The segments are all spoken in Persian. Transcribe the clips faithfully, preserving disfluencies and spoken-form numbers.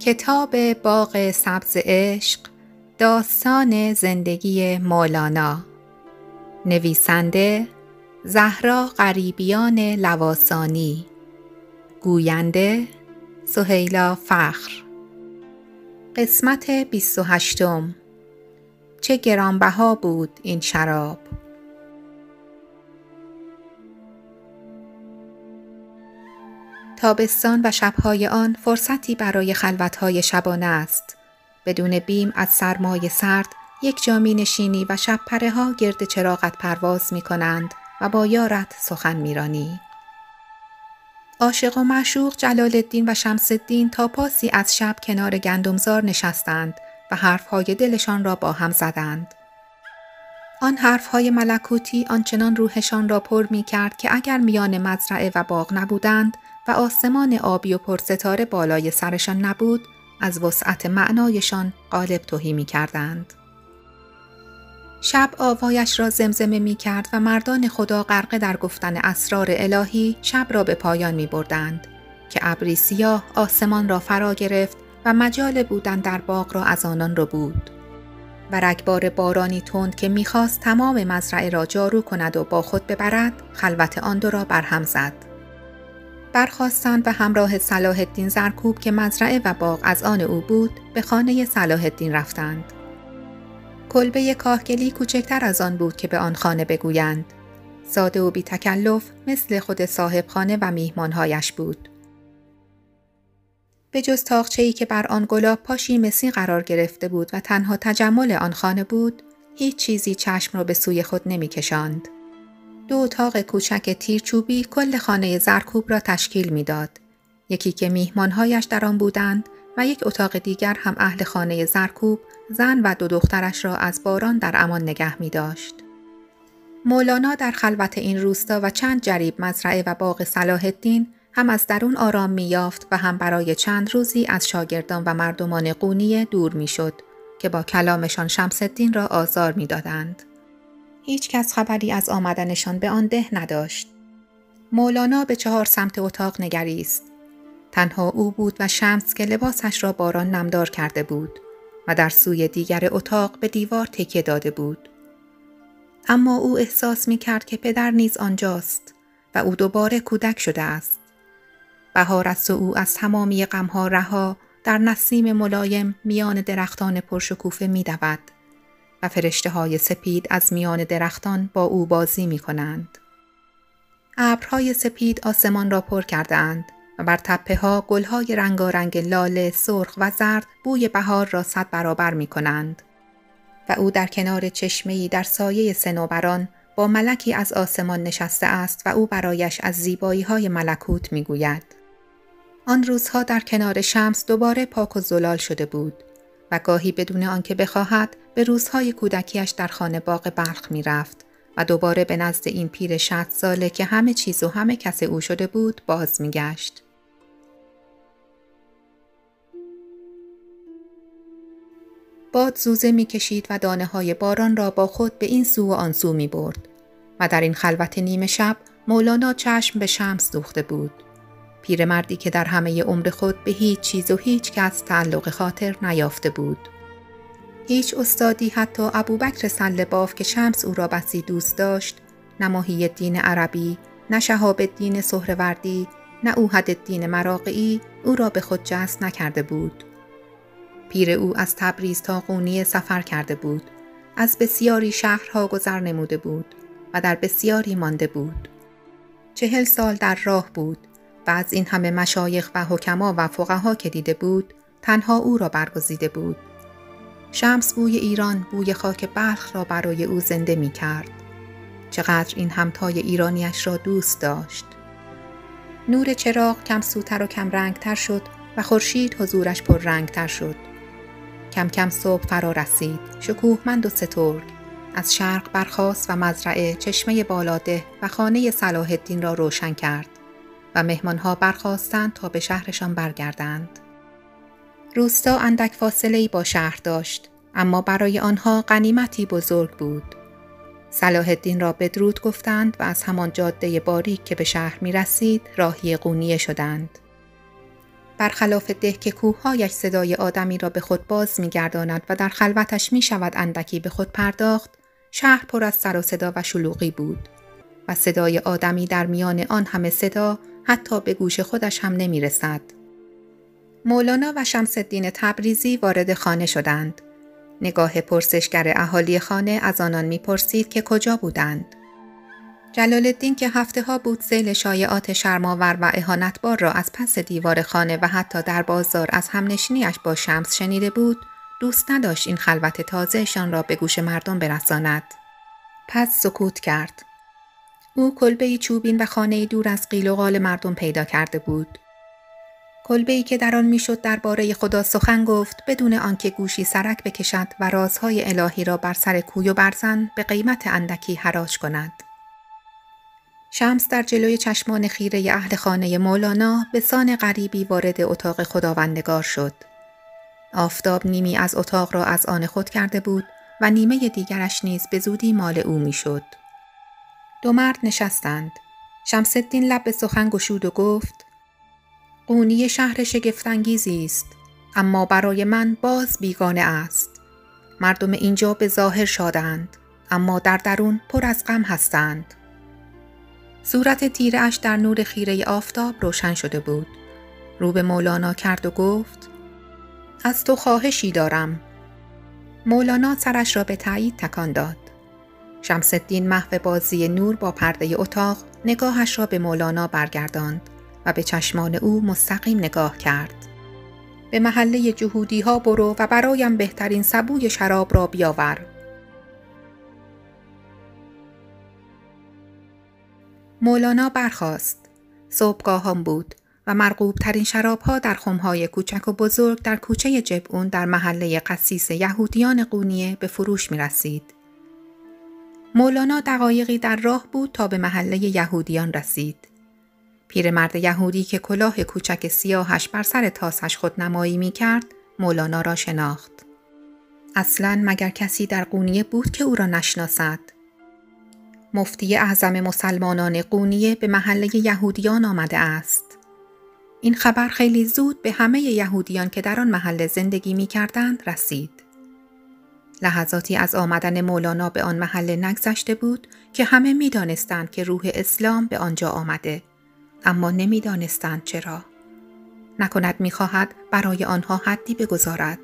کتاب باغ سبز عشق، داستان زندگی مولانا. نویسنده زهرا غریبیان لواسانی. گوینده سهیلا فخر. قسمت بیست و هشتم. چه گرانبها بود این شراب. تابستان و شبهای آن فرصتی برای خلوتهای شبانه است. بدون بیم از سرمای سرد یک جا می نشینی و شب پره ها گرد چراغت پرواز می کنند و با یارت سخن می رانی. عاشق و معشوق جلال الدین و شمس الدین تا پاسی از شب کنار گندمزار نشستند و حرفهای دلشان را با هم زدند. آن حرفهای ملکوتی آنچنان روحشان را پر می کرد که اگر میان مزرعه و باغ نبودند و آسمان آبی و پرستاره بالای سرشان نبود، از وسعت معنایشان غالب تهی می کردند. شب آوایش را زمزمه می کرد و مردان خدا غرقه در گفتن اسرار الهی شب را به پایان می بردند که ابری سیاه آسمان را فرا گرفت و مجال بودن در باغ را از آنان رو بود. و رگبار بارانی تند که می خواست تمام مزرعه را جارو کند و با خود ببرد، خلوت آن دو را برهم زد. برخاستند و همراه صلاح الدین زرکوب که مزرعه و باغ از آن او بود، به خانه صلاح الدین رفتند. کلبه کاهگلی کوچکتر از آن بود که به آن خانه بگویند. ساده و بی تکلف مثل خود صاحب خانه و میهمانهایش بود. به جز تاقچه‌ای که بر آن گلاب پاشی مسی قرار گرفته بود و تنها تجمل آن خانه بود، هیچ چیزی چشم را به سوی خود نمی کشاند. دو اتاق کوچک تیرچوبی کل خانه زرکوب را تشکیل می داد. یکی که میهمانهایش در آن بودند و یک اتاق دیگر هم اهل خانه زرکوب، زن و دو دخترش را از باران در امان نگه می داشت. مولانا در خلوت این روستا و چند جریب مزرعه و باغ صلاح الدین هم از درون آرام می یافت و هم برای چند روزی از شاگردان و مردمان قونیه دور می شد که با کلامشان شمس الدین را آزار می دادند. هیچ کس خبری از آمدنشان به آن ده نداشت. مولانا به چهار سمت اتاق نگریست. تنها او بود و شمس که لباسش را باران نمدار کرده بود و در سوی دیگر اتاق به دیوار تکیه داده بود. اما او احساس می کرد که پدر نیز آنجاست و او دوباره کودک شده است. بهار است و او از تمامی غمها رها در نسیم ملایم میان درختان پرشکوفه می دود و فرشته های سپید از میان درختان با او بازی می کنند. ابرهای سپید آسمان را پر کرده اند و بر تپه ها گلهای رنگارنگ لاله، سرخ و زرد بوی بهار را صد برابر می کنند. و او در کنار چشمه‌ای در سایه صنوبران با ملکی از آسمان نشسته است و او برایش از زیبایی های ملکوت می گوید. آن روزها در کنار شمس دوباره پاک و زلال شده بود و گاهی بدون آنکه بخواهد به روزهای کودکیش در خانه باغ بلخ می رفت و دوباره به نزد این پیر شصت ساله که همه چیز و همه کس او شده بود باز می گشت. باد زوزه می کشید و دانه های باران را با خود به این سو و آن سو می برد و در این خلوت نیمه شب مولانا چشم به شمس دوخته بود. پیرمردی که در همه عمر خود به هیچ چیز و هیچ کس تعلق خاطر نیافته بود. هیچ استادی، حتی ابوبکر سلباف که شمس او را بسی دوست داشت، نه محی‌الدین عربی، نه شهاب الدین سهروردی، نه اوحدالدین مراغی او را به خود جذب نکرده بود. پیر او از تبریز تا قونیه سفر کرده بود، از بسیاری شهرها گذر نموده بود و در بسیاری مانده بود. چهل سال در راه بود و از این همه مشایخ و حکما و فقها که دیده بود، تنها او را برگزیده بود. شمس بوی ایران، بوی خاک بلخ را برای او زنده می کرد. چقدر این همتای ایرانیش را دوست داشت. نور چراغ کم سوتر و کم رنگتر شد و خورشید حضورش پر رنگتر شد. کم کم صبح فرا رسید، شکوهمند و سترگ. از شرق برخاست و مزرعه، چشمه بالاده و خانه صلاح الدین را روشن کرد و مهمانها برخاستند تا به شهرشان برگردند. روستا اندک فاصله‌ای با شهر داشت، اما برای آنها غنیمتی بزرگ بود. صلاح الدین را بدرود گفتند و از همان جاده باریک که به شهر می رسید راهی قونیه شدند. برخلاف ده که کوه‌هایش صدای آدمی را به خود باز می‌گرداند و در خلوتش می‌شود اندکی به خود پرداخت، شهر پر از سر و صدا و شلوغی بود و صدای آدمی در میان آن همه صدا حتی به گوش خودش هم نمی‌رسد. مولانا و شمس الدین تبریزی وارد خانه شدند. نگاه پرسشگر اهالی خانه از آنان می‌پرسید که کجا بودند. جلال الدین که هفته ها بود ذیل شایعات شرم‌آور و اهانتبار را از پس دیوار خانه و حتی در بازار از همنشینیش با شمس شنیده بود، دوست نداشت این خلوت تازهشان را به گوش مردم برساند. پس سکوت کرد. او کلبه‌ای چوبین و خانه‌ای دور از قیل و قال مردم پیدا کرده بود. کلبه‌ای که در آن میشد درباره خدا سخن گفت بدون آنکه گوشی سرک بکشد و رازهای الهی را بر سر کوی و برزن به قیمت اندکی حراج کند. شمس در جلوی چشمان خیره اهل خانه مولانا به سان غریبی وارد اتاق خداوندگار شد. آفتاب نیمی از اتاق را از آن خود کرده بود و نیمه دیگرش نیز به زودی مال او میشد. دو مرد نشستند. شمس الدین لب به سخن گشود و گفت: قونیه شهر شگفت‌انگیزی است، اما برای من باز بیگانه است. مردم اینجا به ظاهر شادند، اما در درون پر از غم هستند. صورت تیره اش در نور خیره آفتاب روشن شده بود. رو به مولانا کرد و گفت: از تو خواهشی دارم. مولانا سرش را به تایید تکان داد. شمس الدین محو بازی نور با پرده اتاق نگاهش را به مولانا برگرداند و به چشمان او مستقیم نگاه کرد. به محله جهودی ها برو و برایم بهترین سبوی شراب را بیاور. مولانا برخاست. صبحگاهان بود و مرغوب ترین شراب ها در خمهای کوچک و بزرگ در کوچه جبعون در محله قسیس یهودیان قونیه به فروش می رسید. مولانا دقایقی در راه بود تا به محله یهودیان رسید. پیرمرد یهودی که کلاه کوچک سیاهش بر سر تاسش خود نمایی می کرد، مولانا را شناخت. اصلاً مگر کسی در قونیه بود که او را نشناسد؟ مفتی اعظم مسلمانان قونیه به محله یهودیان آمده است. این خبر خیلی زود به همه یهودیان که در آن محله زندگی می کردند رسید. لحظاتی از آمدن مولانا به آن محله نگذشته بود که همه می دانستند که روح اسلام به آنجا آمده، اما نمی دانستند چرا. نکند می خواهد برای آنها حدی بگذارد.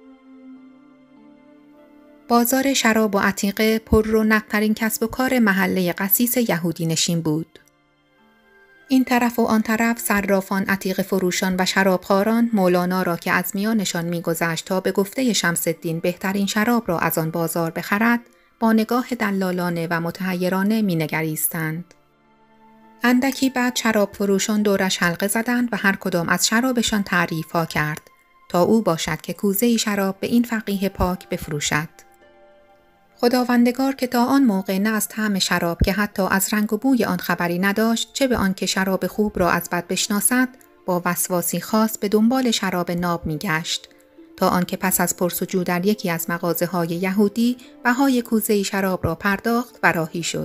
بازار شراب و عتیقه پر رونق‌ترین کسب و کار محله قسیس یهودی نشین بود. این طرف و آن طرف صرافان، عتیقه فروشان و شرابخواران مولانا را که از میانشان می‌گذشت تا به گفته شمس الدین بهترین شراب را از آن بازار بخرد، با نگاه دلالانه و متحیرانه می‌نگریستند. اندکی بعد شراب فروشان دورش حلقه زدند و هر کدام از شرابشان تعریف‌ها کرد تا او باشد که کوزه‌ای شراب به این فقیه پاک بفروشد. خداوندگار که تا آن موقع نه از طعم شراب که حتی از رنگ و بوی آن خبری نداشت، چه به آن که شراب خوب را از بد بشناسد، با وسواسی خاص به دنبال شراب ناب می‌گشت تا آنکه پس از پرسجو در یکی از مغازه‌های یهودی بهای کوزه‌ای شراب را پرداخت و راهی شد.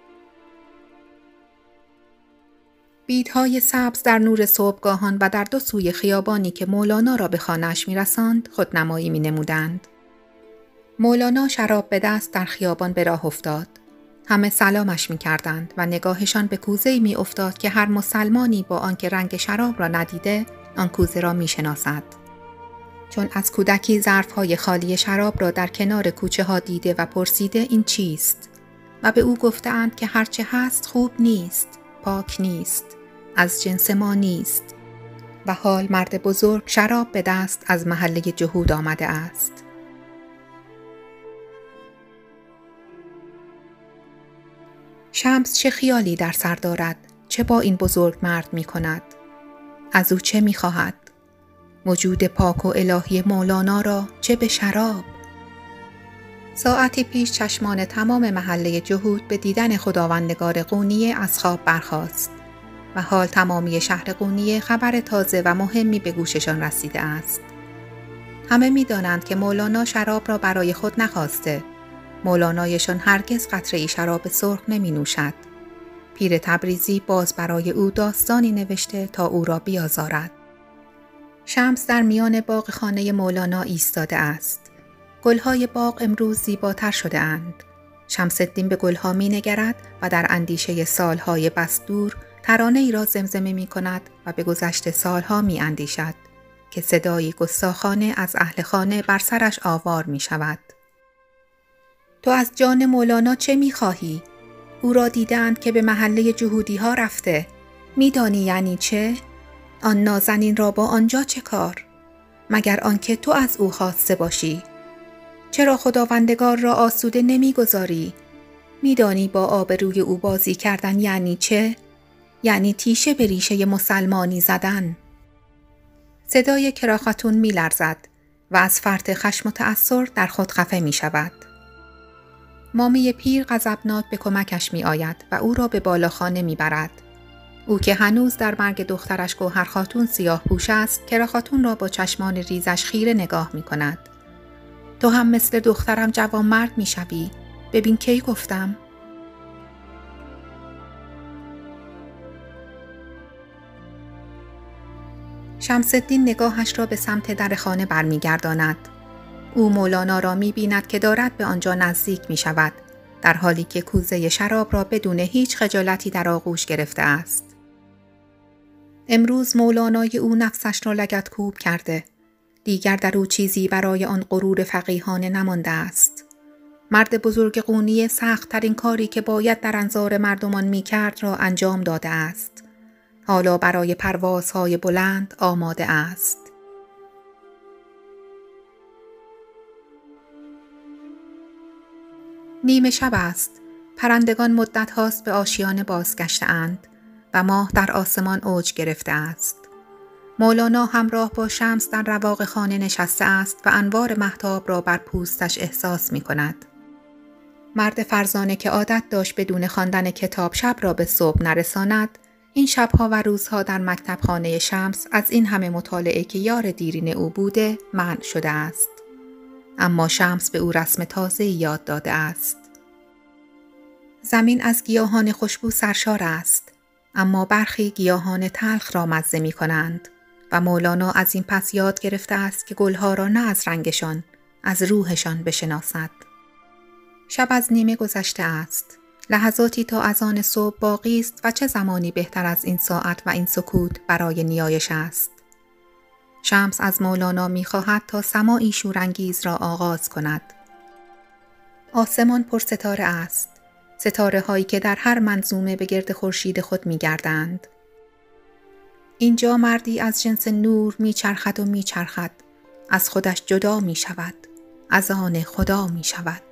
بیدهای سبز در نور صبحگاهان و در دو سوی خیابانی که مولانا را به خانه‌اش می‌رساند خودنمایی می‌نمودند. مولانا شراب به دست در خیابان به راه افتاد. همه سلامش می‌کردند و نگاهشان به کوزه‌ای می‌افتاد که هر مسلمانی با آنکه رنگ شراب را ندیده، آن کوزه را می‌شناسد. چون از کودکی ظرف‌های خالی شراب را در کنار کوچه‌ها دیده و پرسیده این چیست؟ و به او گفتند که هرچه هست خوب نیست، پاک نیست، از جنس ما نیست. و حال مرد بزرگ شراب به دست از محله جهود آمده است. شمس چه خیالی در سر دارد؟ چه با این بزرگ مرد می کند؟ از او چه می خواهد؟ وجود پاک و الهی مولانا را چه به شراب؟ ساعتی پیش چشمان تمام محله جهود به دیدن خداوندگار قونیه از خواب برخاست و حال تمامی شهر قونیه خبر تازه و مهمی به گوششان رسیده است. همه می دانند که مولانا شراب را برای خود نخواسته. مولانایشان هرگز قطره‌ای شراب سرخ نمی نوشد. پیر تبریزی باز برای او داستانی نوشته تا او را بیازارد. شمس در میان باغ خانه مولانا ایستاده است. گلهای باغ امروز زیباتر شده اند. شمس الدین به گلها می نگرد و در اندیشه سالهای بس دور ترانه ای را زمزمه می کند و به گذشت سالها می اندیشد که صدایی گستاخانه از اهل خانه بر سرش آوار می شود. تو از جان مولانا چه می خواهی؟ او را دیدند که به محله جهودی ها رفته. می دانی یعنی چه؟ آن نازنین را با آنجا چه کار؟ مگر آنکه تو از او خواسته باشی؟ چرا خداوندگار را آسوده نمی گذاری؟ می دانی با آبروی او بازی کردن یعنی چه؟ یعنی تیشه به ریشه مسلمانی زدن. صدای کراختون می لرزد و از فرط خشم و تأثر در خود خفه می شود. مامی پیر غضبناک به کمکش می آید و او را به بالاخانه می برد. او که هنوز در مرگ دخترش گوهر خاتون سیاه پوش است، کراخاتون را با چشمان ریزش خیره نگاه می کند. تو هم مثل دخترم جوان مرد می شوی. ببین کی گفتم. شمس الدین نگاهش را به سمت در خانه برمیگرداند. او مولانا را می بیند که دارد به آنجا نزدیک می شود، در حالی که کوزه شراب را بدون هیچ خجالتی در آغوش گرفته است. امروز مولانای او نفسش را لگدکوب کرده. دیگر در او چیزی برای آن غرور فقیهانه نمانده است. مرد بزرگ قونی سخت ترین کاری که باید در انظار مردمان می کرد را انجام داده است. حالا برای پروازهای بلند آماده است. نیمه شب است. پرندگان مدت هاست به آشیانه بازگشته اند و ماه در آسمان اوج گرفته است. مولانا همراه با شمس در رواق خانه نشسته است و انوار مهتاب را بر پوستش احساس می کند. مرد فرزانه که عادت داشت بدون خواندن کتاب شب را به صبح نرساند، این شبها و روزها در مکتب خانه شمس از این همه مطالعه که یار دیرین او بوده منع شده است. اما شمس به او رسم تازه یاد داده است. زمین از گیاهان خوشبو سرشار است، اما برخی گیاهان تلخ را مزه می کنند و مولانا از این پس یاد گرفته است که گلها را نه از رنگشان، از روحشان بشناسد. شب از نیمه گذشته است. لحظاتی تا اذان صبح باقی است و چه زمانی بهتر از این ساعت و این سکوت برای نیایش است. شمس از مولانا می خواهد تا سماعی شورانگیز را آغاز کند. آسمان پر ستاره است. ستاره هایی که در هر منظومه به گرد خورشید خود می گردند. اینجا مردی از جنس نور می چرخد و می چرخد. از خودش جدا می شود. از آن خدا می شود.